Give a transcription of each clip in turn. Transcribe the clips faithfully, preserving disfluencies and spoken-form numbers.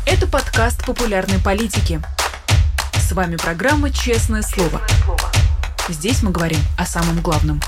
Это подкаст популярной политики. С вами программа «Честное слово». Здесь мы говорим о самом главном.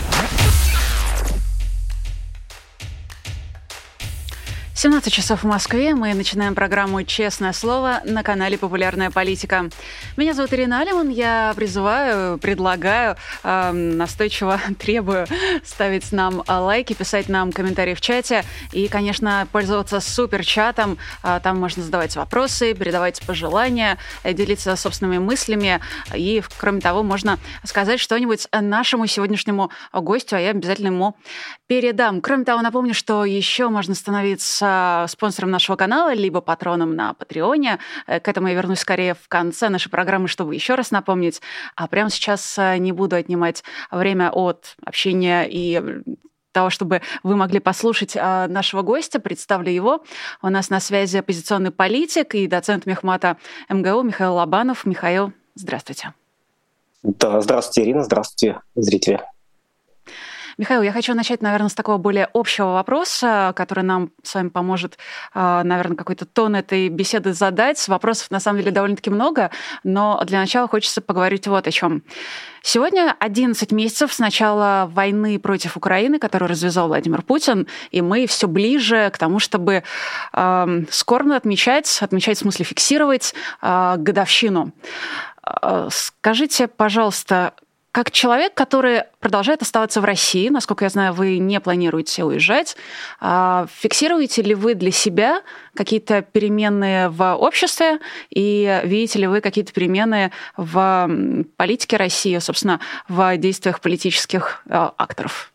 семнадцать часов в Москве. Мы начинаем программу «Честное слово» на канале «Популярная политика». Меня зовут Ирина Алиман. Я призываю, предлагаю, э, настойчиво требую ставить нам лайки, писать нам комментарии в чате и, конечно, пользоваться суперчатом. Э, там можно задавать вопросы, передавать пожелания, делиться собственными мыслями. И, кроме того, можно сказать что-нибудь нашему сегодняшнему гостю, а я обязательно ему передам. Кроме того, напомню, что еще можно становиться спонсором нашего канала, либо патроном на Патреоне. К этому я вернусь скорее в конце нашей программы, чтобы еще раз напомнить. А прямо сейчас не буду отнимать время от общения и того, чтобы вы могли послушать нашего гостя. Представлю его. У нас на связи оппозиционный политик и доцент мехмата эм гэ у Михаил Лобанов. Михаил, здравствуйте. Да, здравствуйте, Ирина, здравствуйте, зрители. Михаил, я хочу начать, наверное, с такого более общего вопроса, который нам с вами поможет, наверное, какой-то тон этой беседы задать. Вопросов, на самом деле, довольно-таки много, но для начала хочется поговорить вот о чем. Сегодня одиннадцать месяцев с начала войны против Украины, которую развязал Владимир Путин, и мы все ближе к тому, чтобы э, скорбно отмечать, отмечать в смысле фиксировать э, годовщину. Э, скажите, пожалуйста, как человек, который продолжает оставаться в России, насколько я знаю, вы не планируете уезжать, фиксируете ли вы для себя какие-то перемены в обществе и видите ли вы какие-то перемены в политике России, собственно, в действиях политических акторов?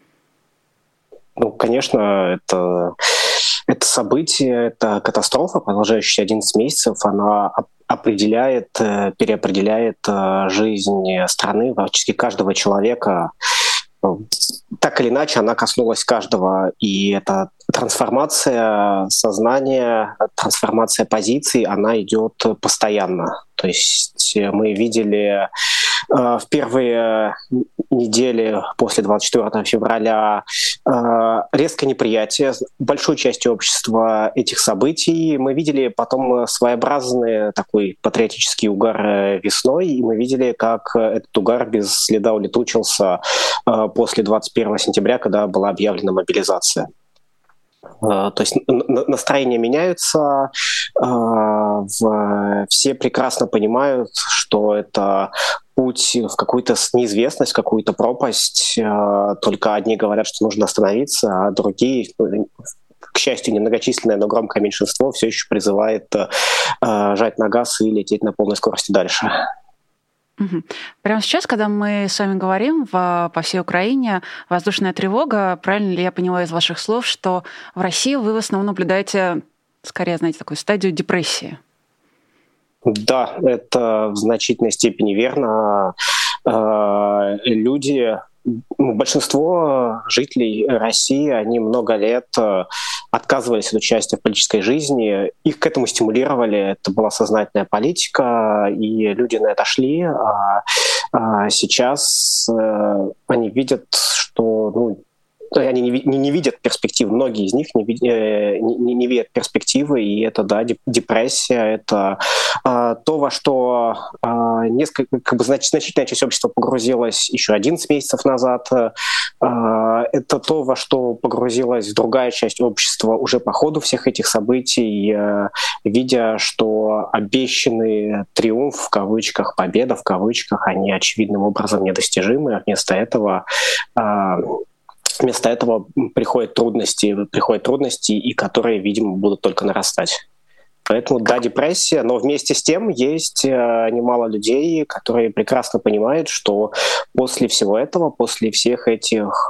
Ну, конечно, это, это событие, это катастрофа, продолжающаяся одиннадцать месяцев, она определяет, переопределяет жизнь страны, практически каждого человека. Так или иначе, она коснулась каждого, и эта трансформация сознания, трансформация позиций, она идет постоянно. То есть мы видели в первые недели после двадцать четвёртого февраля резкое неприятие большой части общества этих событий. Мы видели потом своеобразный такой патриотический угар весной, и мы видели, как этот угар без следа улетучился после двадцать первого сентября, когда была объявлена мобилизация. То есть настроения меняются, все прекрасно понимают, что это путь в какую-то неизвестность, в какую-то пропасть. Только одни говорят, что нужно остановиться, а другие, к счастью, немногочисленное, но громкое меньшинство все еще призывает жать на газ и лететь на полной скорости дальше. Угу. Прямо сейчас, когда мы с вами говорим в, по всей Украине, воздушная тревога, правильно ли я поняла из ваших слов, что в России вы в основном наблюдаете, скорее, знаете, такую стадию депрессии? Да, это в значительной степени верно. Люди, большинство жителей России, они много лет отказывались от участия в политической жизни, их к этому стимулировали, это была сознательная политика, и люди на это шли, а, а сейчас э, они видят, что ну, они не, не, не видят перспектив, многие из них не, э, не, не видят перспективы, и это, да, депрессия, это э, то, во что э, несколько, как бы, знач, значительная часть общества погрузилась еще одиннадцать месяцев назад, э, это то, во что погрузилась другая часть общества уже по ходу всех этих событий, э, видя, что обещанный триумф, в кавычках, победа, в кавычках, они очевидным образом недостижимы, а вместо этого э, Вместо этого приходят трудности, приходят трудности, и которые, видимо, будут только нарастать. Поэтому, да, депрессия, но вместе с тем есть немало людей, которые прекрасно понимают, что после всего этого, после всех этих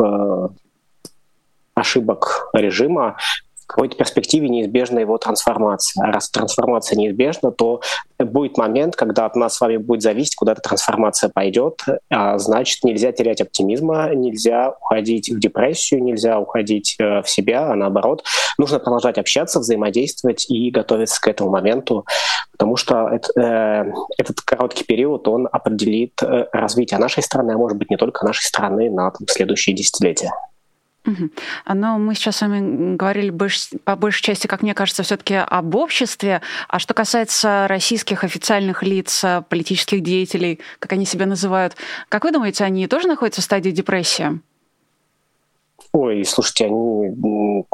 ошибок режима, в какой-то перспективе неизбежна его трансформация. А раз трансформация неизбежна, то будет момент, когда от нас с вами будет зависеть, куда эта трансформация пойдет. А значит, нельзя терять оптимизма, нельзя уходить в депрессию, нельзя уходить в себя, а наоборот, нужно продолжать общаться, взаимодействовать и готовиться к этому моменту, потому что это, э, этот короткий период, он определит развитие нашей страны, а может быть не только нашей страны на там, следующие десятилетия. Угу. Но мы сейчас с вами говорили больше, по большей части, как мне кажется, все-таки об обществе. А что касается российских официальных лиц, политических деятелей, как они себя называют, как вы думаете, они тоже находятся в стадии депрессии? Ой, слушайте, они...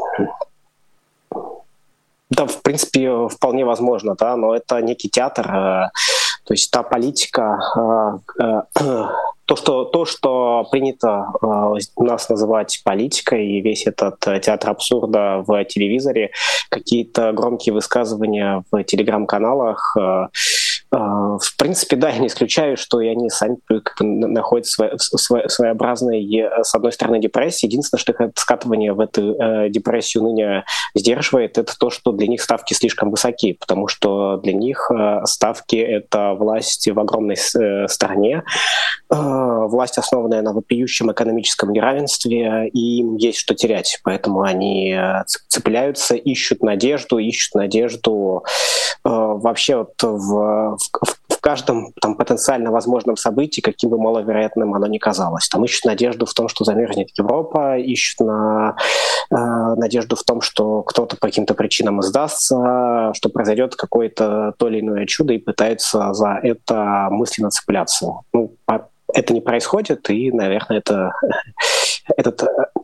Да, в принципе, вполне возможно, да, но это некий театр, то есть та политика... То что, то, что принято э, у нас называть политикой, и весь этот театр абсурда в телевизоре, какие-то громкие высказывания в телеграм-каналах, э, э, в принципе, да, я не исключаю, что и они сами как бы находятся в своеобразной, с одной стороны, депрессии. Единственное, что их скатывание в эту э, депрессию ныне сдерживает, это то, что для них ставки слишком высоки, потому что для них э, ставки — это власть в огромной э, стране, власть, основанная на вопиющем экономическом неравенстве, и им есть что терять. Поэтому они цепляются, ищут надежду, ищут надежду э, вообще вот в, в, в каждом там, потенциально возможном событии, каким бы маловероятным оно ни казалось. Там ищут надежду в том, что замерзнет Европа, ищут на, э, надежду в том, что кто-то по каким-то причинам издастся, что произойдет какое-то то или иное чудо, и пытаются за это мысленно цепляться. Ну, это не происходит, и, наверное, это, этот,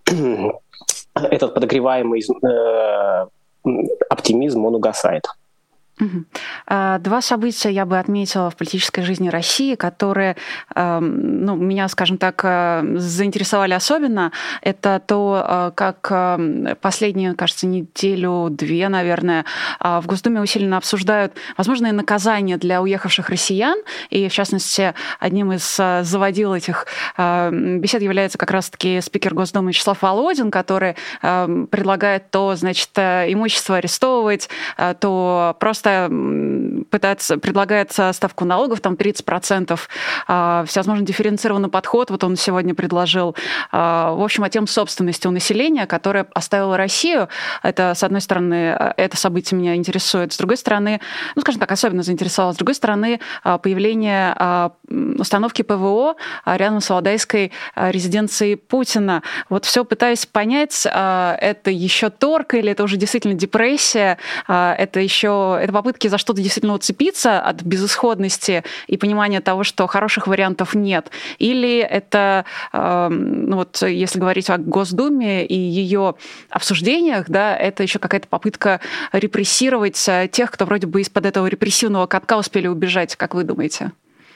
этот подогреваемый э, оптимизм, он угасает. Угу. Два события я бы отметила в политической жизни России, которые, ну, меня, скажем так, заинтересовали особенно. Это то, как последнюю, кажется, неделю-две, наверное, в Госдуме усиленно обсуждают возможные наказания для уехавших россиян. И, в частности, одним из заводил этих бесед является как раз-таки спикер Госдумы Вячеслав Володин, который предлагает то, значит, имущество арестовывать, то просто пытается, предлагается ставку налогов, там тридцать процентов, всевозможный дифференцированный подход, вот он сегодня предложил, в общем, о тем собственности у населения, которая оставила Россию. Это, с одной стороны, это событие меня интересует, с другой стороны, ну, скажем так, особенно заинтересовало, с другой стороны, появление установки ПВО рядом с Валдайской резиденцией Путина. Вот все пытаюсь понять, это еще торг или это уже действительно депрессия, это еще это попытки за что-то действительно уцепиться от безысходности и понимания того, что хороших вариантов нет, или это, ну вот, если говорить о Госдуме и ее обсуждениях, да, это еще какая-то попытка репрессировать тех, кто вроде бы из-под этого репрессивного катка успели убежать, как вы думаете?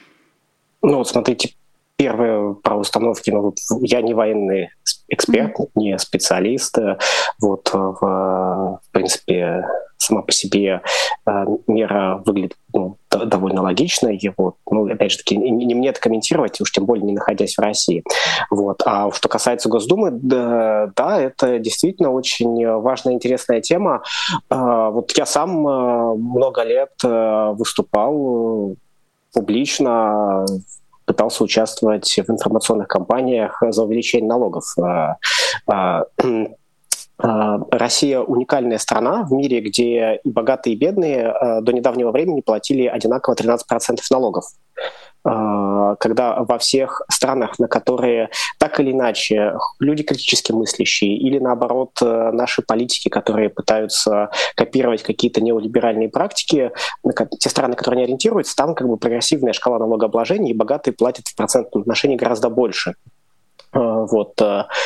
Ну вот смотрите, первое про установки, ну, я не военный эксперт, mm-hmm. не специалист, вот, в, в принципе, сама по себе э, мера выглядит ну, д- довольно логично. И вот, ну, опять же таки, не, не мне это комментировать, уж тем более не находясь в России. Вот. А что касается Госдумы, да, да, это действительно очень важная, интересная тема. Э, вот я сам э, много лет э, выступал публично, пытался участвовать в информационных кампаниях за увеличение налогов. Э, э, Россия уникальная страна в мире, где и богатые, и бедные до недавнего времени платили одинаково тринадцать процентов налогов. Когда во всех странах, на которые так или иначе люди критически мыслящие или, наоборот, наши политики, которые пытаются копировать какие-то неолиберальные практики, те страны, которые не ориентируются, там как бы прогрессивная шкала налогообложения, и богатые платят в процентном отношении гораздо больше. Вот.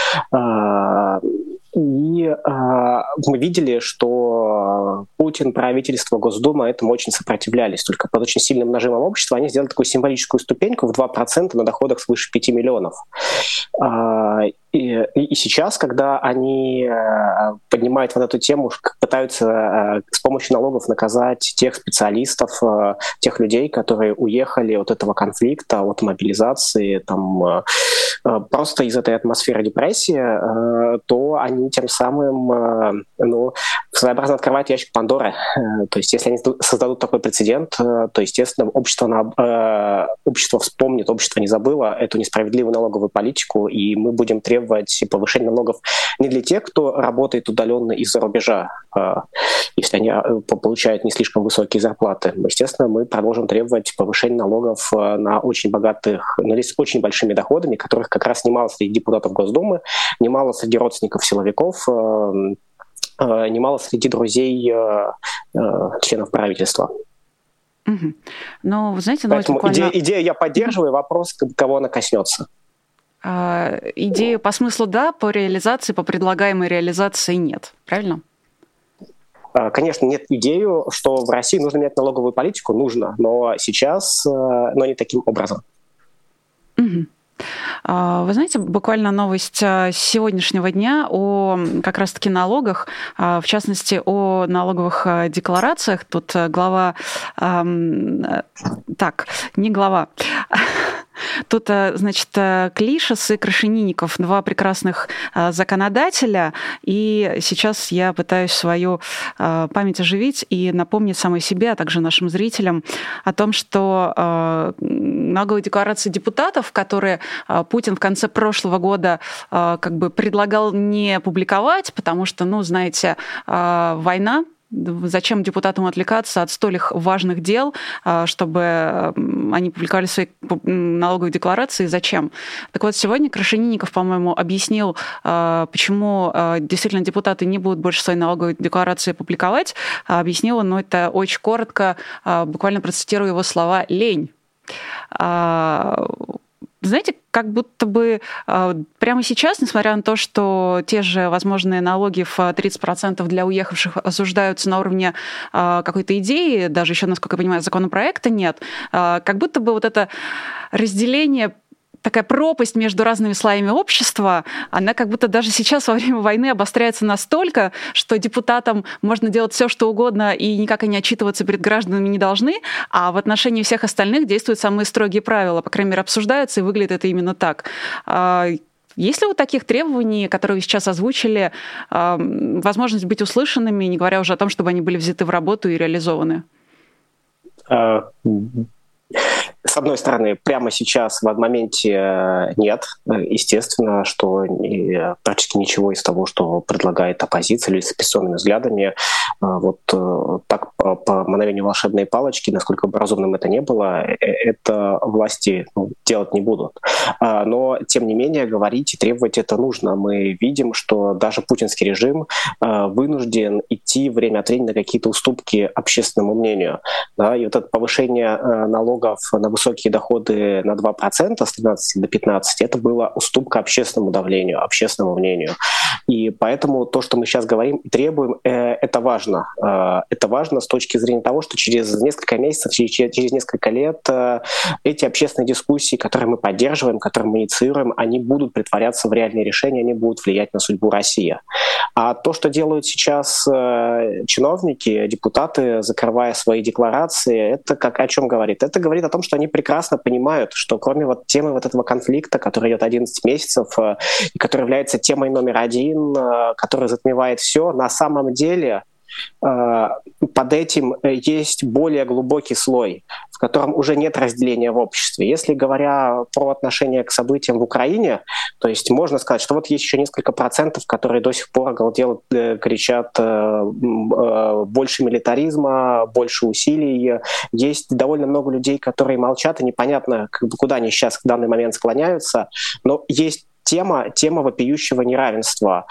И э, мы видели, что Путин, правительство, Госдума этому очень сопротивлялись. Только под очень сильным нажимом общества они сделали такую символическую ступеньку в два процента на доходах свыше пяти миллионов. Э, и, и сейчас, когда они э, поднимают вот эту тему, пытаются э, с помощью налогов наказать тех специалистов, э, тех людей, которые уехали от этого конфликта, от мобилизации, там, э, просто из этой атмосферы депрессии, э, то они тем самым э, ну, своеобразно открывают ящик Пандоры. Э, то есть если они создадут такой прецедент, э, то, естественно, общество, на, э, общество вспомнит, общество не забыло эту несправедливую налоговую политику, и мы будем требовать требовать повышения налогов не для тех, кто работает удаленно из-за рубежа, если они получают не слишком высокие зарплаты. Естественно, мы продолжим требовать повышения налогов на очень богатых, на с очень большими доходами, которых как раз немало среди депутатов Госдумы, немало среди родственников силовиков, немало среди друзей членов правительства. Угу. Ну, вы знаете, ну, Поэтому буквально... идея, идея я поддерживаю, вопрос, кого она коснется. А, идею по смыслу да, по реализации, по предлагаемой реализации нет, правильно? Конечно, нет идею, что в России нужно менять налоговую политику, нужно, но сейчас, но не таким образом. Угу. Вы знаете, буквально новость сегодняшнего дня о как раз-таки налогах, в частности, о налоговых декларациях. Тут глава... Так, не глава... Тут, значит, Клишес и Крашенинников, два прекрасных законодателя, и сейчас я пытаюсь свою память оживить и напомнить самой себе, а также нашим зрителям о том, что налоговые декларации депутатов, которые Путин в конце прошлого года как бы предлагал не публиковать, потому что, ну, знаете, война, зачем депутатам отвлекаться от столь их важных дел, чтобы они публиковали свои налоговые декларации? Зачем? Так вот, сегодня Крашенинников, по-моему, объяснил, почему действительно депутаты не будут больше свои налоговые декларации публиковать. Объяснил он, но это очень коротко, буквально процитирую его слова, «лень». Знаете, как будто бы э, прямо сейчас, несмотря на то, что те же возможные налоги в тридцать процентов для уехавших осуждаются на уровне э, какой-то идеи, даже еще, насколько я понимаю, законопроекта нет, э, как будто бы вот это разделение, такая пропасть между разными слоями общества, она как будто даже сейчас во время войны обостряется настолько, что депутатам можно делать все, что угодно, и никак они отчитываться перед гражданами не должны, а в отношении всех остальных действуют самые строгие правила, по крайней мере, обсуждаются, и выглядит это именно так. Есть ли у таких требований, которые вы сейчас озвучили, возможность быть услышанными, не говоря уже о том, чтобы они были взяты в работу и реализованы? С одной стороны, прямо сейчас, в моменте нет. Естественно, что практически ничего из того, что предлагает оппозиция или с оппозиционными взглядами, вот так по мановению волшебной палочки, насколько бы разумным это ни было, это власти ну, делать не будут. Но, тем не менее, говорить и требовать это нужно. Мы видим, что даже путинский режим вынужден идти время от времени на какие-то уступки общественному мнению. Да? И вот это повышение налогов на высокие доходы на два процента с тринадцати до пятнадцати, это была уступка общественному давлению, общественному мнению. И поэтому то, что мы сейчас говорим и требуем, это важно. Это важно с точки зрения того, что через несколько месяцев, через несколько лет эти общественные дискуссии, которые мы поддерживаем, которые мы инициируем, они будут притворяться в реальные решения, они будут влиять на судьбу России. А то, что делают сейчас чиновники, депутаты, закрывая свои декларации, это как о чем говорит? Это говорит о том, что они прекрасно понимают, что кроме вот темы вот этого конфликта, который идет одиннадцать месяцев, и который является темой номер один, который затмевает все, на самом деле под этим есть более глубокий слой, в котором уже нет разделения в обществе. Если говоря про отношение к событиям в Украине, то есть можно сказать, что вот есть еще несколько процентов, которые до сих пор оголдело кричат больше милитаризма, больше усилий. Есть довольно много людей, которые молчат, и непонятно, куда они сейчас в данный момент склоняются, но есть тема, тема вопиющего неравенства.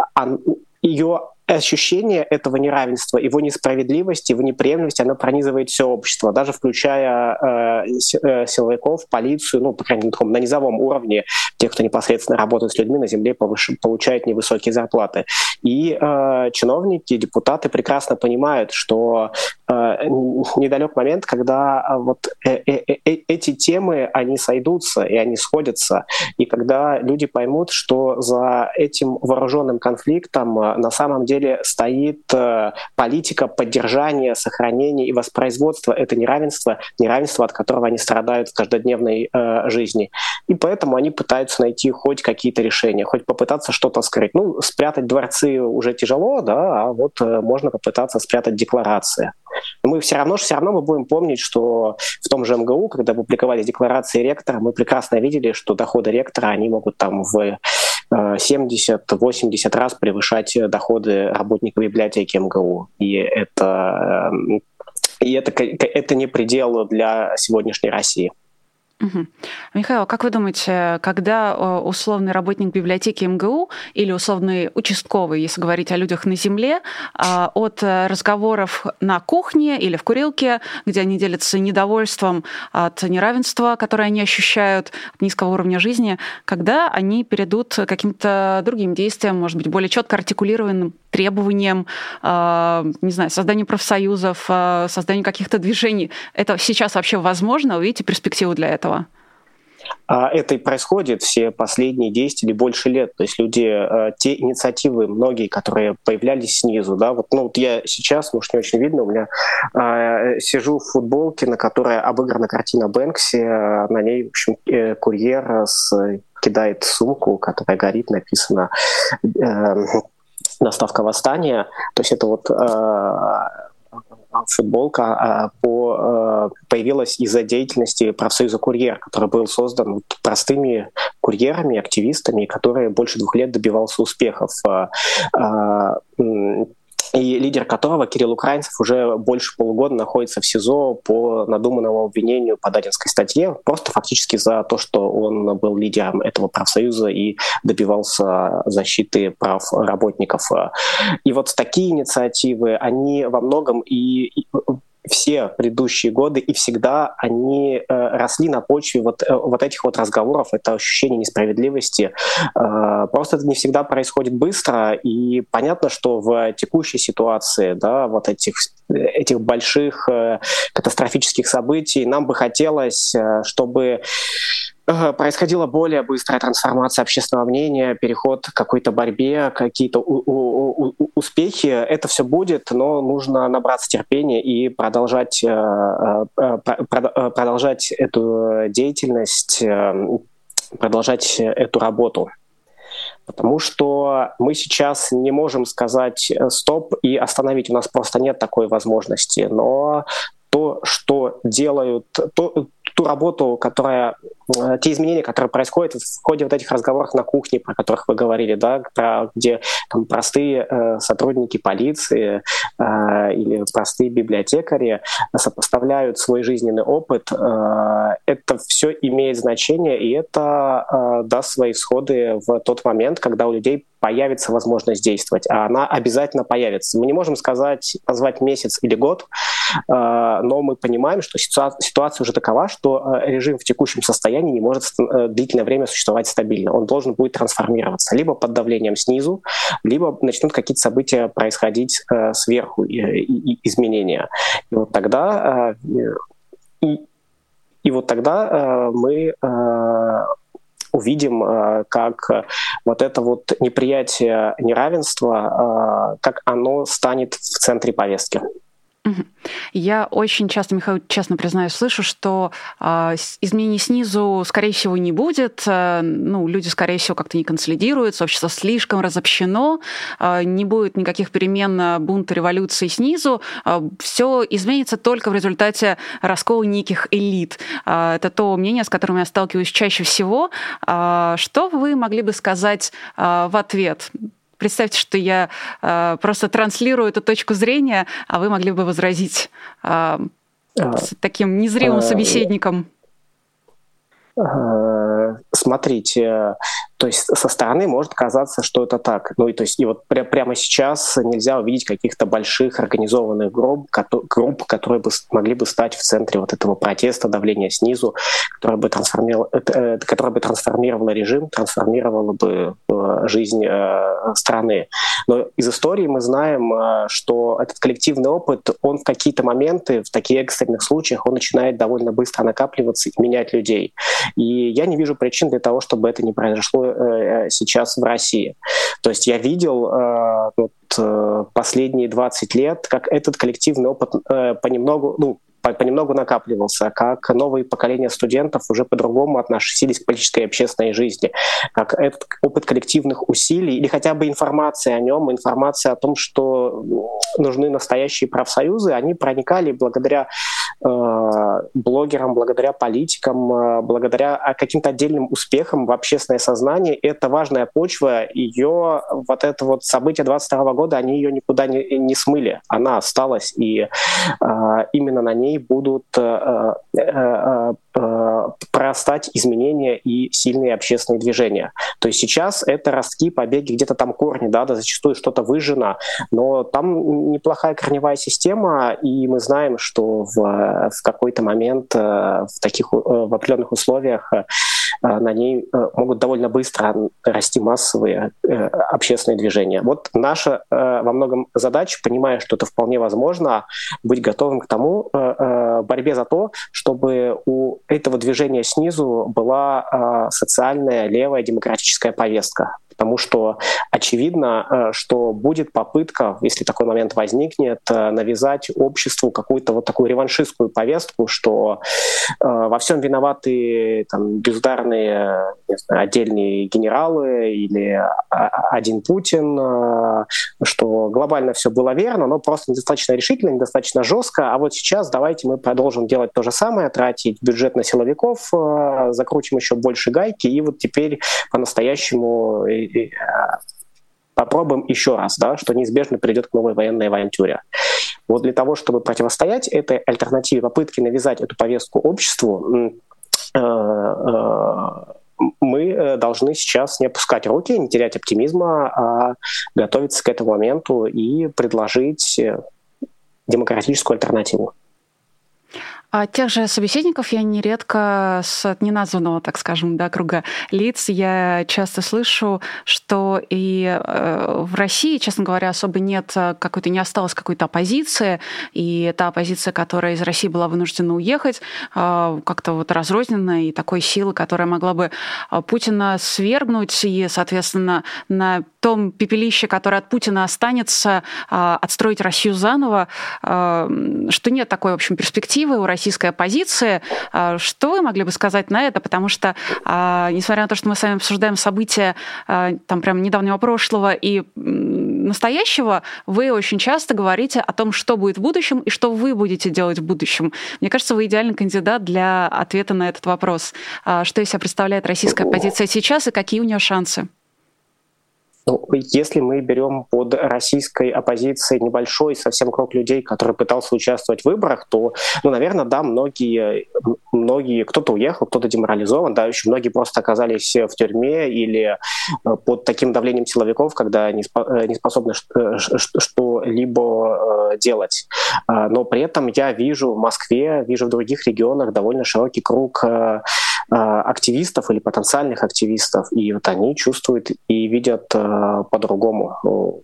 Ее ощущение этого неравенства, его несправедливости, его неприемлемости, оно пронизывает все общество, даже включая э, силовиков, полицию, ну, по крайней мере, на низовом уровне, тех, кто непосредственно работает с людьми на земле, повыш... получают невысокие зарплаты. И э, чиновники, депутаты прекрасно понимают, что э, недалек момент, когда вот э, э, э, эти темы, они сойдутся, и они сходятся, и когда люди поймут, что за этим вооруженным конфликтом э, на самом деле стоит э, политика поддержания, сохранения и воспроизводства этого неравенства, неравенства, от которого они страдают в каждодневной э, жизни. И поэтому они пытаются найти хоть какие-то решения, хоть попытаться что-то скрыть. Ну, спрятать дворцы уже тяжело, да, а вот э, можно попытаться спрятать декларации. Но мы все равно, все равно мы будем помнить, что в том же эм гэ у, когда публиковали декларации ректора, мы прекрасно видели, что доходы ректора, они могут там в семьдесят-восемьдесят раз превышать доходы работников библиотеки эм гэ у. И это, и это, это не предел для сегодняшней России. Угу. Михаил, как вы думаете, когда условный работник библиотеки эм гэ у или условный участковый, если говорить о людях на земле, от разговоров на кухне или в курилке, где они делятся недовольством от неравенства, которое они ощущают, от низкого уровня жизни, когда они перейдут к каким-то другим действиям, может быть, более четко артикулированным требованиям, не знаю, созданию профсоюзов, созданию каких-то движений, это сейчас вообще возможно? Вы видите перспективу для этого? Это и происходит все последние десять или больше лет. То есть люди, те инициативы, многие, которые появлялись снизу, да, вот, ну, вот я сейчас, может, не очень видно, у меня э, сижу в футболке, на которой обыграна картина Бэнкси, на ней, в общем, э, курьер с, кидает сумку, которая горит, написано э, «Доставка восстания». То есть это вот... Э, футболка по, появилась из-за деятельности профсоюза «Курьер», который был создан простыми курьерами, активистами, которые больше двух лет добивался успехов. И лидер которого, Кирилл Украинцев, уже больше полугода находится в СИЗО по надуманному обвинению по Дадинской статье, просто фактически за то, что он был лидером этого профсоюза и добивался защиты прав работников. И вот такие инициативы, они во многом и... все предыдущие годы и всегда они э, росли на почве вот, э, вот этих вот разговоров, это ощущение несправедливости. Э, просто это не всегда происходит быстро, и понятно, что в текущей ситуации, да, вот этих, этих больших э, катастрофических событий нам бы хотелось, э, чтобы происходила более быстрая трансформация общественного мнения, переход к какой-то борьбе, какие-то у- у- у- успехи. Это все будет, но нужно набраться терпения и продолжать, продолжать эту деятельность, продолжать эту работу. Потому что мы сейчас не можем сказать «стоп» и остановить. У нас просто нет такой возможности. Но то, что делают, то, ту работу, которая, те изменения, которые происходят в ходе вот этих разговоров на кухне, про которых вы говорили, да, про, где там простые э, сотрудники полиции э, или простые библиотекари сопоставляют свой жизненный опыт, э, это все имеет значение, и это э, даст свои всходы в тот момент, когда у людей появится возможность действовать, а она обязательно появится. Мы не можем сказать, назвать месяц или год, но мы понимаем, что ситуация уже такова, что режим в текущем состоянии не может длительное время существовать стабильно. Он должен будет трансформироваться либо под давлением снизу, либо начнут какие-то события происходить сверху, изменения. И вот тогда, и, и вот тогда мы увидим, как вот это вот неприятие неравенства, как оно станет в центре повестки. Я очень часто, Михаил, честно признаюсь, слышу, что э, изменений снизу, скорее всего, не будет. Э, ну, люди, скорее всего, как-то не консолидируются, общество слишком разобщено, э, не будет никаких перемен, бунта, революции снизу. Э, все изменится только в результате раскола неких элит. Э, это то мнение, с которым я сталкиваюсь чаще всего. Э, что вы могли бы сказать э, в ответ? Представьте, что я э, просто транслирую эту точку зрения, а вы могли бы возразить э, с таким незримым собеседником. Смотрите, то есть со стороны может казаться, что это так. Ну и то есть и вот пря- прямо сейчас нельзя увидеть каких-то больших организованных групп, групп, которые бы могли бы стать в центре вот этого протеста, давления снизу, которое бы трансформировало, которое бы трансформировало режим, трансформировало бы жизнь страны. Но из истории мы знаем, что этот коллективный опыт, он в какие-то моменты, в таких экстренных случаях, он начинает довольно быстро накапливаться и менять людей. И я не вижу причин для того, чтобы это не произошло э, сейчас в России. То есть я видел э, вот, э, последние двадцать лет, как этот коллективный опыт э, понемногу, ну, понемногу накапливался, как новые поколения студентов уже по-другому относились к политической и общественной жизни, как этот опыт коллективных усилий или хотя бы информация о нем, информация о том, что нужны настоящие профсоюзы, они проникали благодаря э, блогерам, благодаря политикам, э, благодаря каким-то отдельным успехам в общественное сознание. Это важная почва, ее вот это вот событие двадцать второго года, они ее никуда не, не смыли, она осталась, и э, именно на ней будут э, э, э, э, прорастать изменения и сильные общественные движения. То есть сейчас это ростки, побеги, где-то там корни, да, да, зачастую что-то выжжено, но там неплохая корневая система, и мы знаем, что в, в какой-то момент в таких в определенных условиях на ней могут довольно быстро расти массовые общественные движения. Вот наша во многом задача, понимая, что это вполне возможно, быть готовым к тому, борьбе за то, чтобы у этого движения снизу была социальная, левая, демократическая повестка. Потому что очевидно, что будет попытка, если такой момент возникнет, навязать обществу какую-то вот такую реваншистскую повестку, что э, во всем виноваты там, безударные, не знаю, отдельные генералы или один Путин, э, что глобально все было верно, но просто недостаточно решительно, недостаточно жестко, а вот сейчас давайте мы продолжим делать то же самое, тратить бюджет на силовиков, э, закрутим еще больше гайки, и вот теперь по-настоящему попробуем еще раз, да, что неизбежно придет к новой военной авантюре. Вот для того, чтобы противостоять этой альтернативе, попытке навязать эту повестку обществу, мы должны сейчас не опускать руки, не терять оптимизма, а готовиться к этому моменту и предложить демократическую альтернативу. А тех же собеседников я нередко с неназванного, так скажем, да, круга лиц я часто слышу, что и э, в России, честно говоря, особо нет какой-то, не осталось какой-то оппозиции, и та оппозиция, которая из России была вынуждена уехать, э, как-то вот разрозненная, и такой силы, которая могла бы Путина свергнуть, и, соответственно, на том пепелище, которое от Путина останется, э, отстроить Россию заново, э, что нет такой, в общем, перспективы у России, российской оппозиции. Что вы могли бы сказать на это? Потому что, несмотря на то, что мы с вами обсуждаем события там прям недавнего прошлого и настоящего, вы очень часто говорите о том, что будет в будущем и что вы будете делать в будущем. Мне кажется, вы идеальный кандидат для ответа на этот вопрос. Что из себя представляет российская оппозиция сейчас и какие у нее шансы? Ну, если мы берем под российской оппозицией небольшой совсем круг людей, который пытался участвовать в выборах, то, ну, наверное, да, многие, многие, кто-то уехал, кто-то деморализован, да, еще многие просто оказались в тюрьме или под таким давлением силовиков, когда не способны что-либо делать. Но при этом я вижу в Москве, вижу в других регионах довольно широкий круг активистов или потенциальных активистов, и вот они чувствуют и видят по-другому.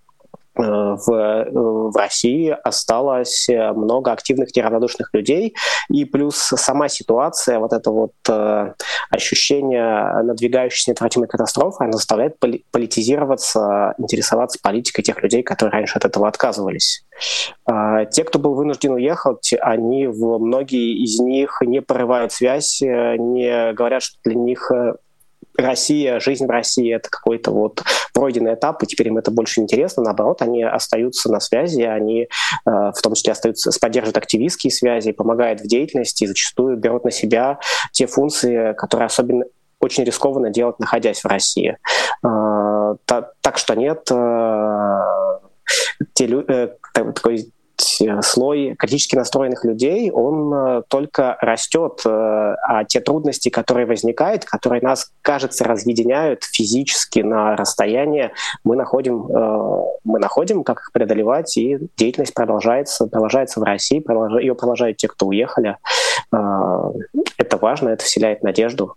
В, в России осталось много активных неравнодушных людей, и плюс сама ситуация, вот это вот э, ощущение надвигающейся неотвратимой катастрофы, она заставляет поли- политизироваться, интересоваться политикой тех людей, которые раньше от этого отказывались. Э, те, кто был вынужден уехать, они, в, многие из них не порывают связь, не говорят, что для них Россия, жизнь в России — это какой-то вот пройденный этап, и теперь им это больше не интересно. Наоборот, они остаются на связи, они э, в том числе остаются, поддерживают активистские связи, помогают в деятельности и зачастую берут на себя те функции, которые особенно очень рискованно делать, находясь в России. Э, та, так что нет, э, те, э, такой слой критически настроенных людей, он э, только растет, э, а те трудности, которые возникают, которые нас, кажется, разъединяют физически на расстоянии, мы находим, э, мы находим, как их преодолевать, и деятельность продолжается, продолжается в России, продолж... ее продолжают те, кто уехали. Э, это важно, это вселяет надежду.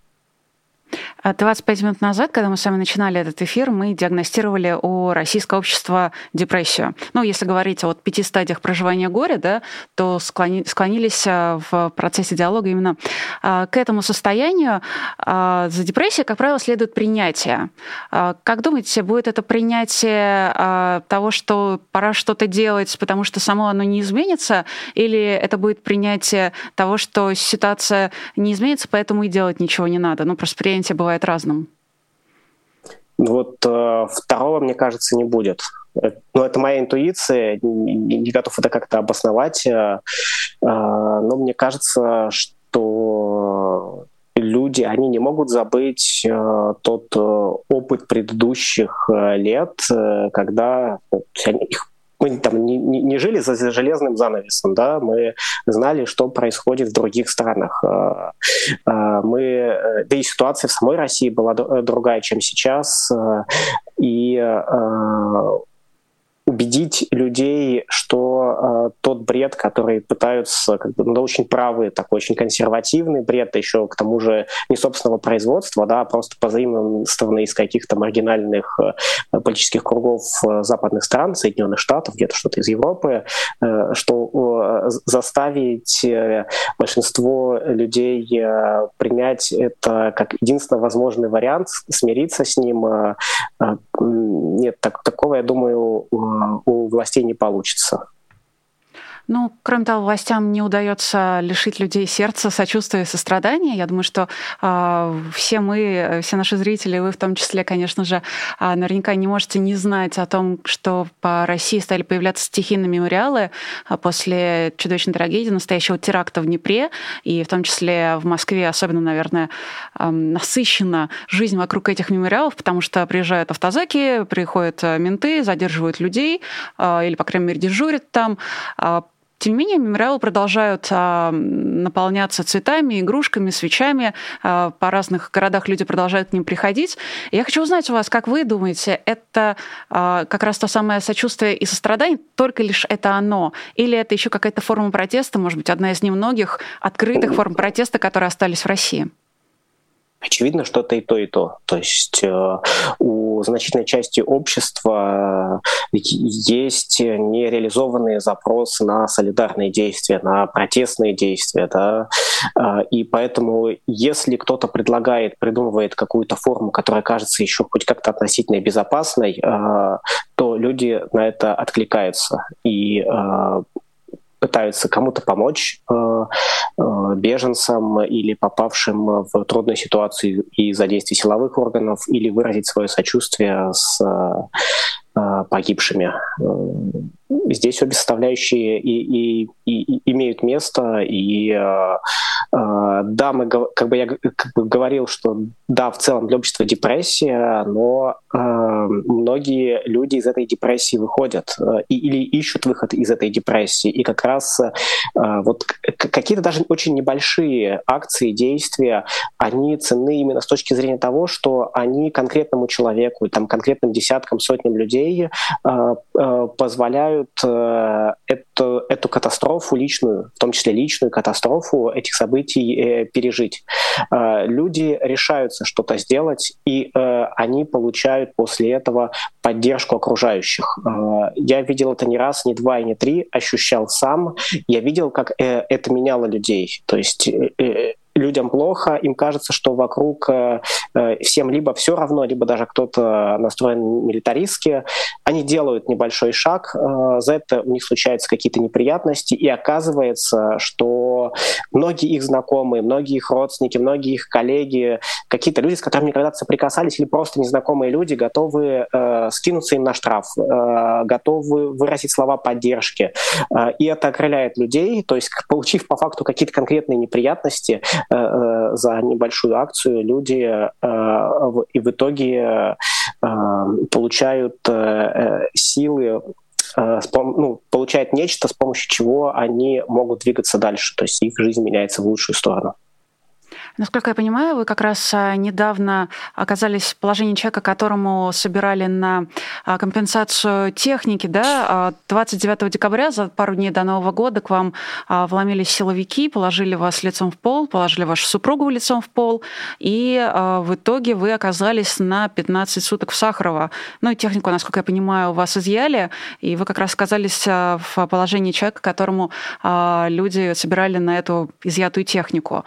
двадцать пять минут назад, когда мы с вами начинали этот эфир, мы диагностировали у российского общества депрессию. Ну, если говорить о вот пяти стадиях проживания горя, да, то склони, склонились в процессе диалога именно к этому состоянию. За депрессией, как правило, следует принятие. Как думаете, будет это принятие того, что пора что-то делать, потому что само оно не изменится, или это будет принятие того, что ситуация не изменится, поэтому и делать ничего не надо? Ну, просто принятие бывает разным. Вот э, второго, мне кажется, не будет. Ну, это моя интуиция, не готов это как-то обосновать, но мне кажется, что люди, они не могут забыть тот опыт предыдущих лет, когда их мы там не, не, не жили за железным занавесом, да, мы знали, что происходит в других странах. Мы, да и ситуация в самой России была другая, чем сейчас, и убедить людей, что э, тот бред, который пытаются, как бы, ну, очень правый, такой очень консервативный бред, еще к тому же не собственного производства, да, а просто позаимствованный из каких-то маргинальных э, политических кругов э, западных стран, Соединенных Штатов, где-то что-то из Европы, э, что э, заставить э, большинство людей э, принять это как единственно возможный вариант, смириться с ним, э, э, нет, так, такого, я думаю, у властей не получится. Ну, кроме того, властям не удается лишить людей сердца, сочувствия и сострадания. Я думаю, что э, все мы, все наши зрители, вы в том числе, конечно же, э, наверняка не можете не знать о том, что по России стали появляться стихийные мемориалы э, после чудовищной трагедии, настоящего теракта в Днепре, и в том числе в Москве особенно, наверное, э, насыщена жизнь вокруг этих мемориалов, потому что приезжают автозаки, приходят менты, задерживают людей, э, или, по крайней мере, дежурят там. Э, Тем не менее, мемориалы продолжают а, наполняться цветами, игрушками, свечами. А, по разных городах люди продолжают к ним приходить. И я хочу узнать у вас, как вы думаете, это а, как раз то самое сочувствие и сострадание, только лишь это оно? Или это еще какая-то форма протеста, может быть, одна из немногих открытых форм протеста, которые остались в России? Очевидно, что это и то, и то. То есть э, у значительной части общества есть нереализованные запросы на солидарные действия, на протестные действия. Да? Э, и поэтому, если кто-то предлагает, придумывает какую-то форму, которая кажется еще хоть как-то относительно безопасной, э, то люди на это откликаются. И э, пытаются кому-то помочь, э, э, беженцам или попавшим в трудную ситуацию из-за действий силовых органов, или выразить свое сочувствие с э, погибшими. Здесь обе составляющие и, и, и имеют место, и э, э, да, мы, как бы я как бы говорил, что да, в целом для общества депрессия, но э, многие люди из этой депрессии выходят э, и, или ищут выход из этой депрессии, и как раз э, вот какие-то даже очень небольшие акции, действия, они ценны именно с точки зрения того, что они конкретному человеку, там, конкретным десяткам, сотням людей э, э, позволяют Эту, эту катастрофу личную, в том числе личную катастрофу этих событий э, пережить. Э, люди решаются что-то сделать, и э, они получают после этого поддержку окружающих. Э, я видел это не раз, не два и не три, ощущал сам. Я видел, как э, это меняло людей. То есть э, людям плохо, им кажется, что вокруг э, всем либо все равно, либо даже кто-то настроен милитаристски. Они делают небольшой шаг, э, за это у них случаются какие-то неприятности, и оказывается, что многие их знакомые, многие их родственники, многие их коллеги, какие-то люди, с которыми когда-то соприкасались, или просто незнакомые люди, готовы э, скинуться им на штраф, э, готовы выразить слова поддержки. Э, и это окрыляет людей, то есть, получив по факту какие-то конкретные неприятности, за небольшую акцию, люди э, и в итоге э, получают э, силы, э, ну, получают нечто, с помощью чего они могут двигаться дальше, то есть их жизнь меняется в лучшую сторону. Насколько я понимаю, вы как раз недавно оказались в положении человека, которому собирали на компенсацию техники, да? двадцать девятого декабря, за пару дней до Нового года, к вам вломились силовики, положили вас лицом в пол, положили вашу супругу лицом в пол, и в итоге вы оказались на пятнадцать суток в Сахарово. Ну и технику, насколько я понимаю, у вас изъяли, и вы как раз оказались в положении человека, которому люди собирали на эту изъятую технику.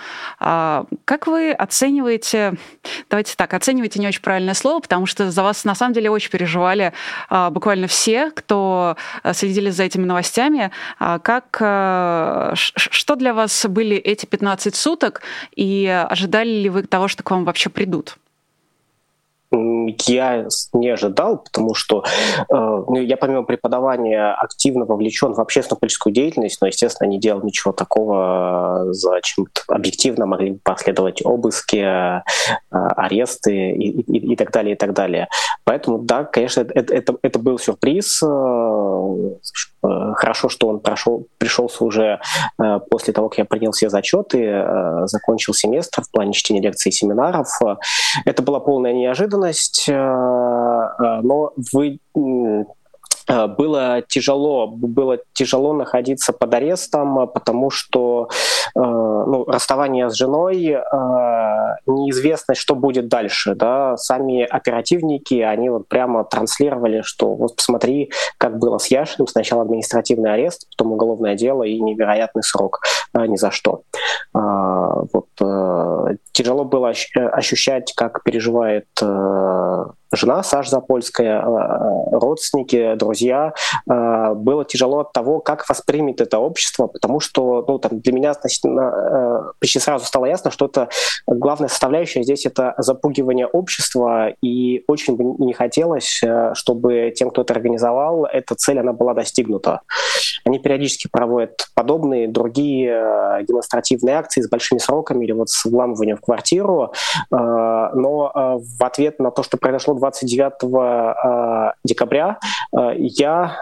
Как вы оцениваете, давайте так, оцениваете не очень правильное слово, потому что за вас на самом деле очень переживали а, буквально все, кто следили за этими новостями. А, как, а, ш, что для вас были эти пятнадцать суток, и ожидали ли вы того, что к вам вообще придут? я не ожидал, потому что э, я помимо преподавания активно вовлечен в общественную политическую деятельность, но, естественно, не делал ничего такого, за чем объективно могли последовать обыски, э, аресты и, и, и так далее, и так далее. Поэтому, да, конечно, это, это, это был сюрприз. Хорошо, что он прошел, пришелся уже э, после того, как я принял все зачеты, э, закончил семестр в плане чтения лекций и семинаров. Это была полная неожиданность, э, э, но вы... Э, Было тяжело, было тяжело находиться под арестом, потому что э, ну, расставание с женой, э, неизвестность, что будет дальше. Да? Сами оперативники, они вот прямо транслировали, что вот посмотри, как было с Яшиным. Сначала административный арест, потом уголовное дело и невероятный срок э, ни за что. Э, вот, э, тяжело было ощущать, как переживает э, жена Саша Запольская, родственники, друзья. Было тяжело от того, как воспримет это общество, потому что ну, там, для меня почти сразу стало ясно, что это главная составляющая здесь — это запугивание общества, и очень бы не хотелось, чтобы тем, кто это организовал, эта цель она была достигнута. Они периодически проводят подобные другие демонстративные акции с большими сроками или вот с вламыванием в квартиру, но в ответ на то, что произошло двадцать девятого декабря, я,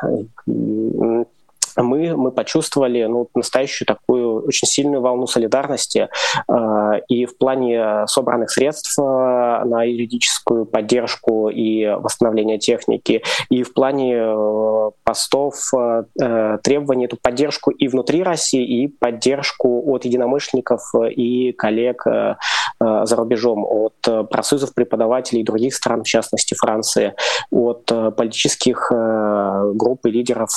мы, мы почувствовали ну, настоящую такую очень сильную волну солидарности и в плане собранных средств на юридическую поддержку и восстановление техники, и в плане постов, требований эту поддержку и внутри России, и поддержку от единомышленников и коллег за рубежом, от профсоюзов преподавателей других стран, в частности Франции, от политических групп и лидеров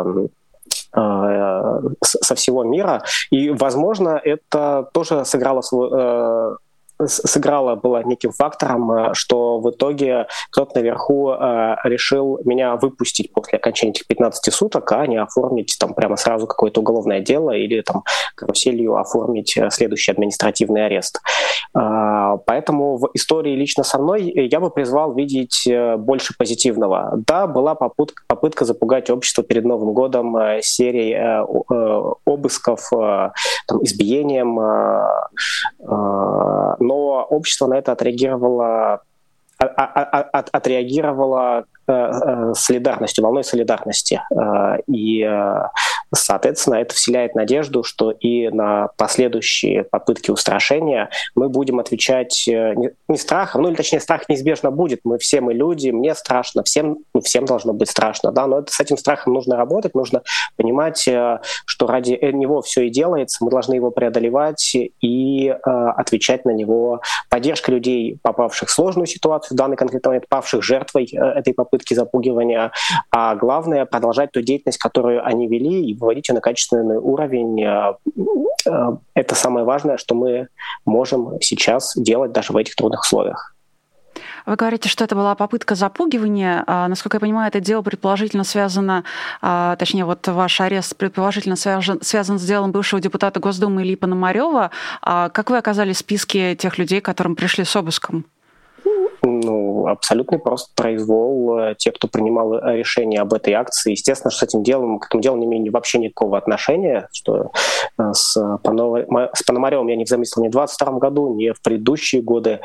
со всего мира. И, возможно, это тоже сыграло свой... сыграло было неким фактором, что в итоге кто-то наверху э, решил меня выпустить после окончания этих пятнадцати суток, а не оформить там прямо сразу какое-то уголовное дело или там каруселью оформить следующий административный арест. Э, поэтому в истории лично со мной я бы призвал видеть больше позитивного. Да, была попытка, попытка запугать общество перед Новым годом э, серией э, э, обысков, э, там, избиением, э, э, но общество на это отреагировало, от, от, отреагировало э, солидарностью, волной солидарности. Э, и, э, соответственно, это вселяет надежду, что и на последующие попытки устрашения мы будем отвечать не, не страхом, ну или точнее страх неизбежно будет. Мы все мы люди, мне страшно, всем, ну, всем должно быть страшно, да, но это, с этим страхом нужно работать, нужно понимать, э, что ради него все и делается, мы должны его преодолевать и э, отвечать на него. Поддержка людей, попавших в сложную ситуацию, в данный конкретный момент, павших жертвой э, этой попытки запугивания, а главное — продолжать ту деятельность, которую они вели, и выводить ее на качественный уровень. Это самое важное, что мы можем сейчас делать даже в этих трудных условиях. Вы говорите, что это была попытка запугивания. Насколько я понимаю, это дело предположительно связано, точнее, вот ваш арест предположительно связан, связан с делом бывшего депутата Госдумы Ильи Пономарёва. Как вы оказались в списке тех людей, к которым пришли с обыском? Ну, абсолютный просто произвол. Те, кто принимал решение об этой акции, естественно, что с этим делом, к этому делу не имею вообще никакого отношения, что с, Пономар... с Пономарёвым я не взаимодействовал ни в двадцать втором году, ни в предыдущие годы.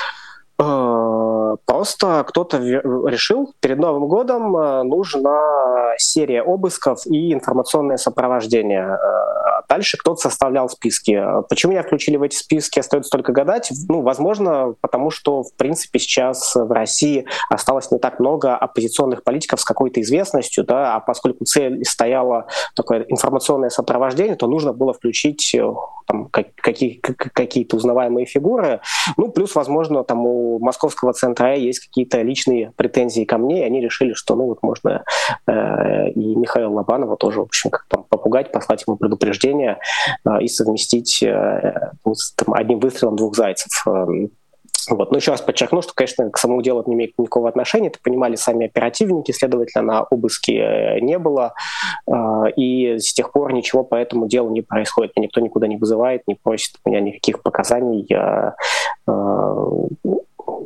Просто кто-то решил, перед Новым годом нужна серия обысков и информационное сопровождение. Дальше кто-то составлял списки. Почему меня включили в эти списки, остается только гадать. Ну, возможно, потому что, в принципе, сейчас в России осталось не так много оппозиционных политиков с какой-то известностью, да, а поскольку цель стояла такое информационное сопровождение, то нужно было включить там, какие, какие-то узнаваемые фигуры. Ну, плюс, возможно, там у Московского центра есть какие-то личные претензии ко мне, и они решили, что ну вот можно э, и Михаила Лобанова тоже, в общем, как там попугать, послать ему предупреждение э, и совместить э, ну, там, одним выстрелом двух зайцев. Вот. Но еще раз подчеркну, что, конечно, к самому делу это не имеет никакого отношения. Это понимали сами оперативники, следовательно, на обыске не было. И с тех пор ничего по этому делу не происходит. Никто никуда не вызывает, не просит у меня никаких показаний. Я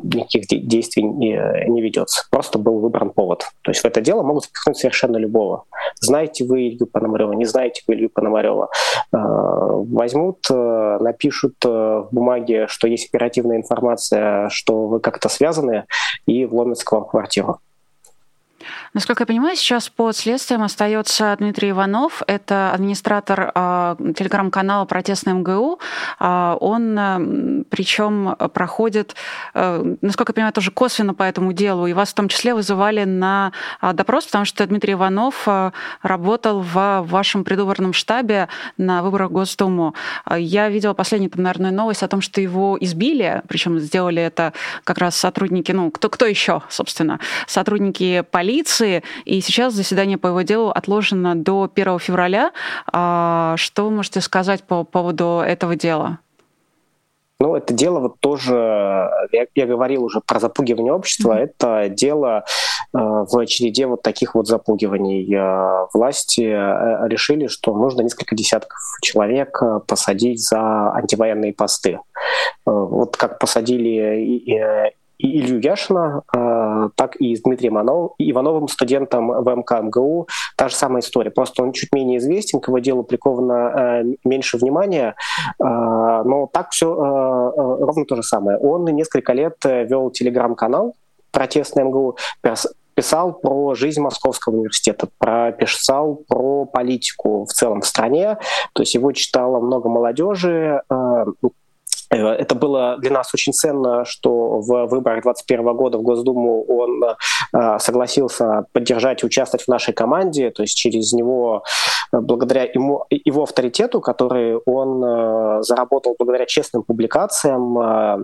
никаких действий не, не ведется. Просто был выбран повод. То есть в это дело могут запихнуть совершенно любого. Знаете вы Илью Пономарева, не знаете вы Илью Пономарева. Возьмут, напишут в бумаге, что есть оперативная информация, что вы как-то связаны, и вломятся к вам в квартиру. Насколько я понимаю, сейчас под следствием остается Дмитрий Иванов. Это администратор э, телеграм-канала «Протестный МГУ». Э, он, э, причем, проходит, э, насколько я понимаю, тоже косвенно по этому делу. И вас в том числе вызывали на э, допрос, потому что Дмитрий Иванов э, работал в вашем предвыборном штабе на выборах в Госдуму. Я видела последнюю, там, наверное, новость о том, что его избили, причем сделали это как раз сотрудники, ну, кто, кто еще, собственно, сотрудники полиции. И сейчас заседание по его делу отложено до первого февраля. Что вы можете сказать по поводу этого дела? Ну, это дело вот тоже, я, я говорил уже про запугивание общества, mm-hmm. это дело э, в череде вот таких вот запугиваний. Э, власти э, решили, что нужно несколько десятков человек посадить за антивоенные посты. Э, вот как посадили и, и, и Илью Яшина, э, так и с Дмитрием Ивановым, студентом ВМК МГУ, та же самая история. Просто он чуть менее известен, к его делу приковано э, меньше внимания, э, но так все э, ровно то же самое. Он несколько лет вел телеграм-канал «Протестный МГУ», писал про жизнь Московского университета, про, писал про политику в целом в стране, то есть его читало много молодежи. Э, Это было для нас очень ценно, что в выборах двадцать первого года в Госдуму он э, согласился поддержать и участвовать в нашей команде. То есть через него, благодаря ему, его авторитету, который он э, заработал благодаря честным публикациям, э,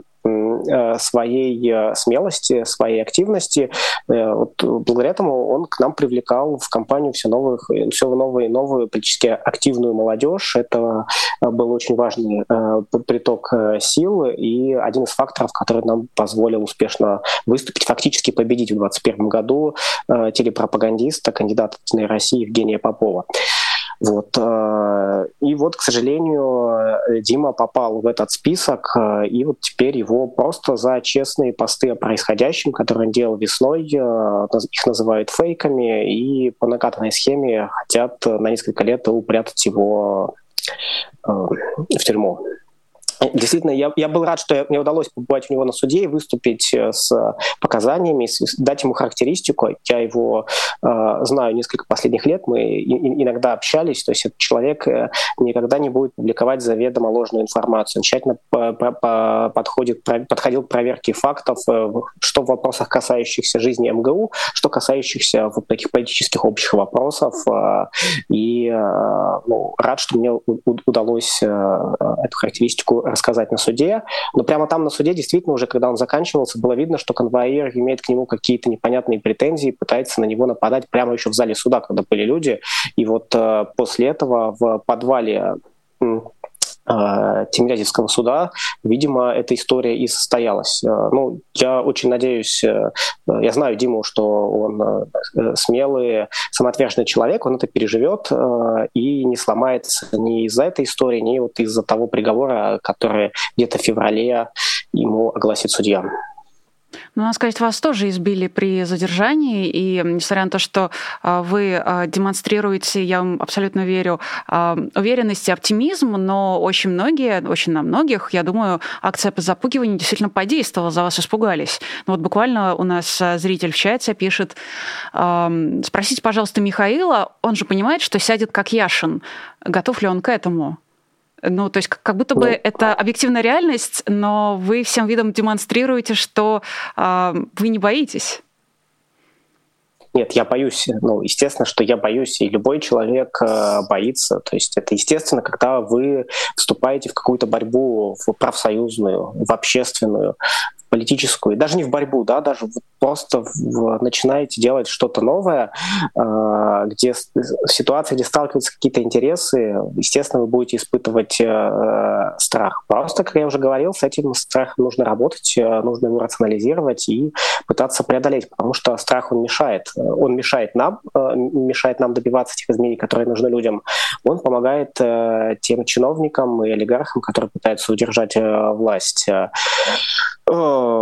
своей смелости, своей активности. Вот благодаря этому он к нам привлекал в компанию все, новых, все новые и новую политически активную молодежь. Это был очень важный приток сил и один из факторов, который нам позволил успешно выступить, фактически победить в двадцать первом году телепропагандиста, кандидата от «Единой России» Евгения Попова. Вот. И вот, к сожалению, Дима попал в этот список, и вот теперь его просто за честные посты о происходящем, которые он делал весной, их называют фейками, и по накатанной схеме хотят на несколько лет упрятать его в тюрьму. Действительно, я, я был рад, что мне удалось побывать у него на суде и выступить с показаниями, дать ему характеристику. Я его э, знаю несколько последних лет, мы и, иногда общались, то есть этот человек никогда не будет публиковать заведомо ложную информацию. Он тщательно по, по, подходит, подходил к проверке фактов, что в вопросах, касающихся жизни МГУ, что касающихся вот таких политических общих вопросов. И э, ну, рад, что мне удалось э, эту характеристику рассказать на суде, но прямо там на суде действительно уже, когда он заканчивался, было видно, что конвоир имеет к нему какие-то непонятные претензии, пытается на него нападать прямо еще в зале суда, когда были люди. И вот э, после этого в подвале э, Тимирязевского суда, видимо, эта история и состоялась. Ну, я очень надеюсь, я знаю Диму, что он смелый, самоотверженный человек, он это переживет и не сломается ни из-за этой истории, ни вот из-за того приговора, который где-то в феврале ему огласит судья. Ну, надо сказать, вас тоже избили при задержании, и несмотря на то, что вы демонстрируете, я вам абсолютно верю, уверенность и оптимизм, но очень многие, очень на многих, я думаю, акция по запугиванию действительно подействовала, за вас испугались. Ну, вот буквально у нас зритель в чате пишет: спросите, пожалуйста, Михаила, он же понимает, что сядет как Яшин. Готов ли он к этому? Ну, то есть как будто бы ну, это объективная реальность, но вы всем видом демонстрируете, что э, вы не боитесь. Нет, я боюсь. Ну, естественно, что я боюсь, и любой человек э, боится. То есть это естественно, когда вы вступаете в какую-то борьбу, в профсоюзную, в общественную, в политическую, и даже не в борьбу, да, даже просто в, начинаете делать что-то новое, э, где в ситуации, где сталкиваются какие-то интересы, естественно, вы будете испытывать э, страх. Просто, как я уже говорил, с этим страхом нужно работать, э, нужно его рационализировать и пытаться преодолеть, потому что страх, он мешает. Он мешает нам, э, мешает нам добиваться тех изменений, которые нужны людям. Он помогает э, тем чиновникам и олигархам, которые пытаются удержать э, власть. Э,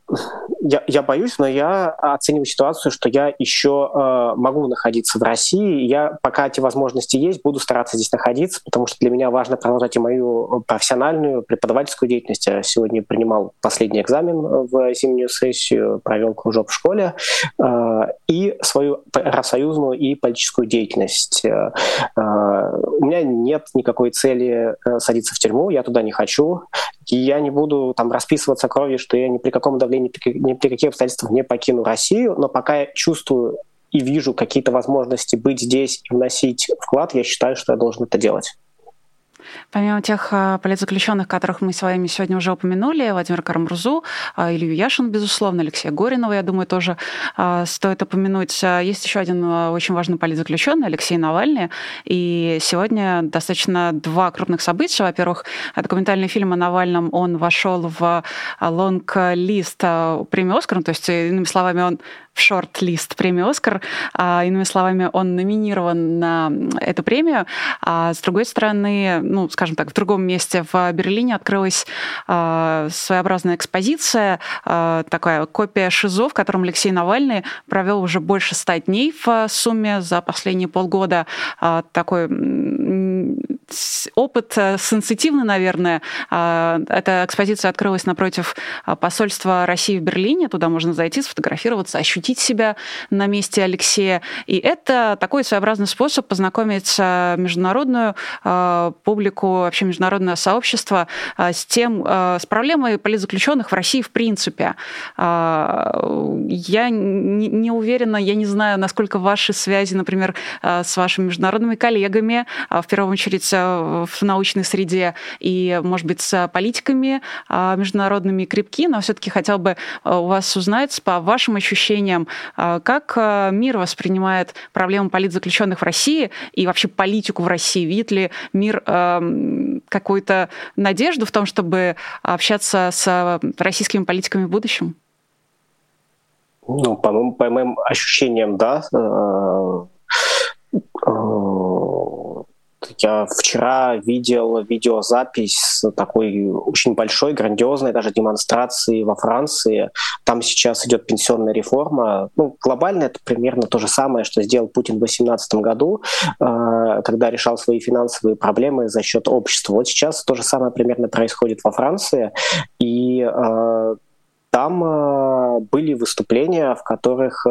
Я, я боюсь, но я оцениваю ситуацию, что я еще э, могу находиться в России. Я, пока эти возможности есть, буду стараться здесь находиться, потому что для меня важно продолжать и мою профессиональную преподавательскую деятельность. Я сегодня принимал последний экзамен в зимнюю сессию, провел кружок в школе, э, и свою профсоюзную и политическую деятельность. Э, э, у меня нет никакой цели э, садиться в тюрьму, я туда не хочу. И я не буду там расписываться кровью, что я ни при каком давлении, ни при каких обстоятельствах не покину Россию, но пока я чувствую и вижу какие-то возможности быть здесь и вносить вклад, я считаю, что я должен это делать. Помимо тех политзаключенных, которых мы с вами сегодня уже упомянули, Владимира Карамурзу, Илью Яшина, безусловно, Алексея Горинова, я думаю, тоже стоит упомянуть. Есть еще один очень важный политзаключенный, Алексей Навальный. И сегодня достаточно два крупных события. Во-первых, документальный фильм о Навальном, он вошел в лонг-лист премии «Оскар», то есть, иными словами, он в шорт-лист премии «Оскар». Иными словами, он номинирован на эту премию. А с другой стороны, ну, скажем так, в другом месте в Берлине открылась э, своеобразная экспозиция, э, такая копия ШИЗО, в котором Алексей Навальный провел уже больше ста дней в сумме за последние полгода. Э, такой э, опыт сенситивный, наверное. Э, эта экспозиция открылась напротив посольства России в Берлине. Туда можно зайти, сфотографироваться, ощутить себя на месте Алексея. И это такой своеобразный способ познакомить международную э, публику, вообще международное сообщество с тем, с проблемой политзаключенных в России в принципе. Я не уверена, я не знаю, насколько ваши связи, например, с вашими международными коллегами, в первую очередь в научной среде и, может быть, с политиками международными крепки, но все-таки хотел бы у вас узнать по вашим ощущениям, как мир воспринимает проблему политзаключенных в России и вообще политику в России. Видит ли мир какую-то надежду в том, чтобы общаться с российскими политиками в будущем? Ну, по моим, по моим ощущениям, да. Я вчера видел видеозапись такой очень большой, грандиозной даже демонстрации во Франции. Там сейчас идет пенсионная реформа. Ну, глобально это примерно то же самое, что сделал Путин в две тысячи восемнадцатом году, когда решал свои финансовые проблемы за счет общества. Вот сейчас то же самое примерно происходит во Франции. И там были выступления, в которых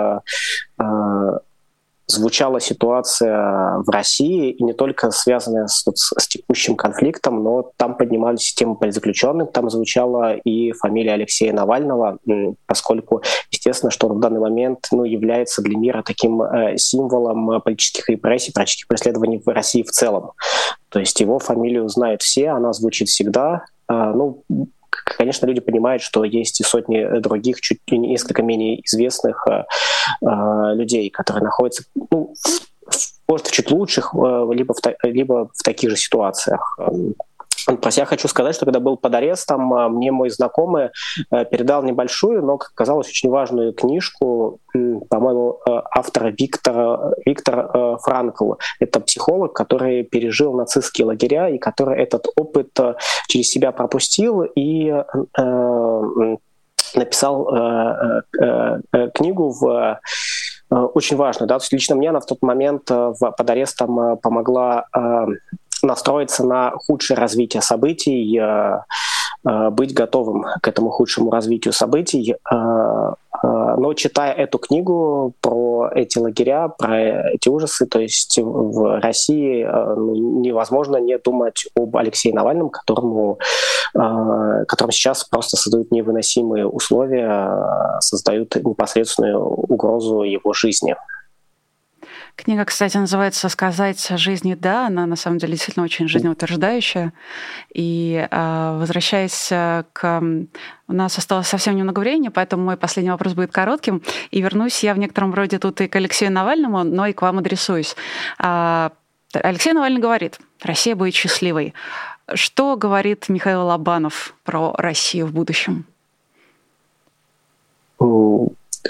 звучала ситуация в России, и не только связанная с, с, с текущим конфликтом, но там поднимались темы политзаключенных, там звучала и фамилия Алексея Навального, поскольку, естественно, что он в данный момент ну, является для мира таким э, символом политических репрессий, политических преследований в России в целом. То есть его фамилию знают все, она звучит всегда. Э, ну, Конечно, люди понимают, что есть и сотни других, чуть несколько менее известных э, э, людей, которые находятся, ну, может, в чуть лучших, э, либо, в, либо в таких же ситуациях. Про себя хочу сказать, что когда был под арестом, мне мой знакомый передал небольшую, но, как оказалось, очень важную книжку, по-моему, автора Виктора, Виктор Франкл. Это психолог, который пережил нацистские лагеря и который этот опыт через себя пропустил и э, написал э, э, книгу в очень важную. Да? То есть лично мне она в тот момент в, под арестом помогла э, настроиться на худшее развитие событий, быть готовым к этому худшему развитию событий. Но читая эту книгу про эти лагеря, про эти ужасы, то есть в России невозможно не думать об Алексее Навальном, которому, которому сейчас просто создают невыносимые условия, создают непосредственную угрозу его жизни. Книга, кстати, называется «Сказать жизни да». Она, на самом деле, действительно очень жизнеутверждающая. И возвращаясь к... У нас осталось совсем немного времени, поэтому мой последний вопрос будет коротким. И вернусь я в некотором роде тут и к Алексею Навальному, но и к вам адресуюсь. Алексей Навальный говорит: «Россия будет счастливой». Что говорит Михаил Лобанов про Россию в будущем?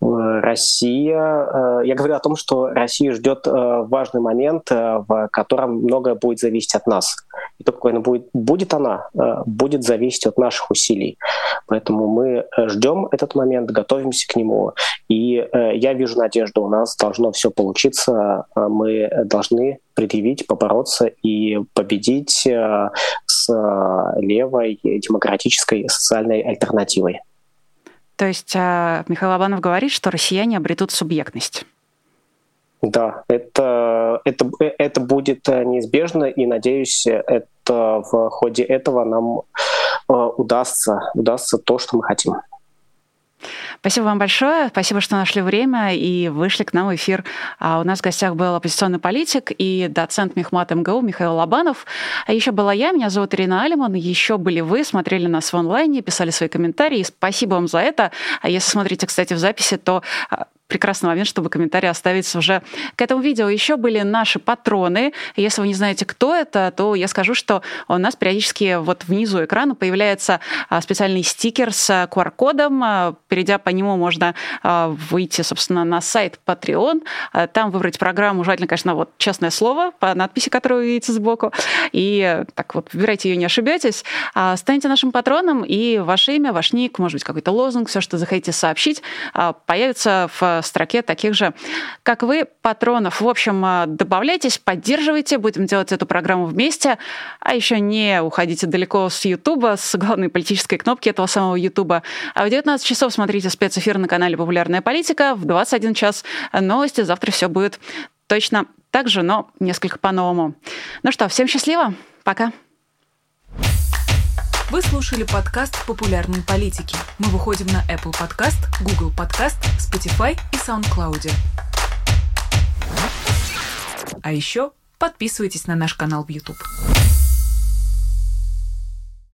Россия, я говорю о том, что Россия ждет важный момент, в котором многое будет зависеть от нас. И то, какой она будет, будет она, будет зависеть от наших усилий. Поэтому мы ждем этот момент, готовимся к нему. И я вижу надежду, у нас должно все получиться. Мы должны предъявить, побороться и победить с левой демократической социальной альтернативой. То есть Михаил Лобанов говорит, что россияне обретут субъектность. Да, это, это, это будет неизбежно, и, надеюсь, это, в ходе этого нам удастся, удастся то, что мы хотим. Спасибо вам большое. Спасибо, что нашли время и вышли к нам в эфир. А у нас в гостях был оппозиционный политик и доцент Мехмат МГУ Михаил Лобанов. А еще была я, меня зовут Ирина Алиман. Еще были вы, смотрели нас в онлайне, писали свои комментарии. И спасибо вам за это. А если смотрите, кстати, в записи, то прекрасный момент, чтобы комментарий оставить уже к этому видео. Еще были наши патроны. Если вы не знаете, кто это, то я скажу, что у нас периодически вот внизу экрана появляется специальный стикер с ку ар-кодом. Перейдя по нему, можно выйти, собственно, на сайт Patreon. Там выбрать программу, желательно, конечно, вот «Честное слово», по надписи, которую вы видите сбоку. И так вот, выбирайте ее, не ошибетесь. Станьте нашим патроном, и ваше имя, ваш ник, может быть, какой-то лозунг, все, что захотите сообщить, появится в строке таких же, как вы, патронов. В общем, добавляйтесь, поддерживайте, будем делать эту программу вместе, а еще не уходите далеко с Ютуба, с главной политической кнопки этого самого Ютуба. А в девятнадцать часов смотрите спецэфир на канале «Популярная политика», в двадцать один час новости, завтра все будет точно так же, но несколько по-новому. Ну что, всем счастливо, пока. Вы слушали подкаст «Популярной политики». Мы выходим на Apple Podcast, Google Podcast, Spotify и SoundCloud. А еще подписывайтесь на наш канал в YouTube.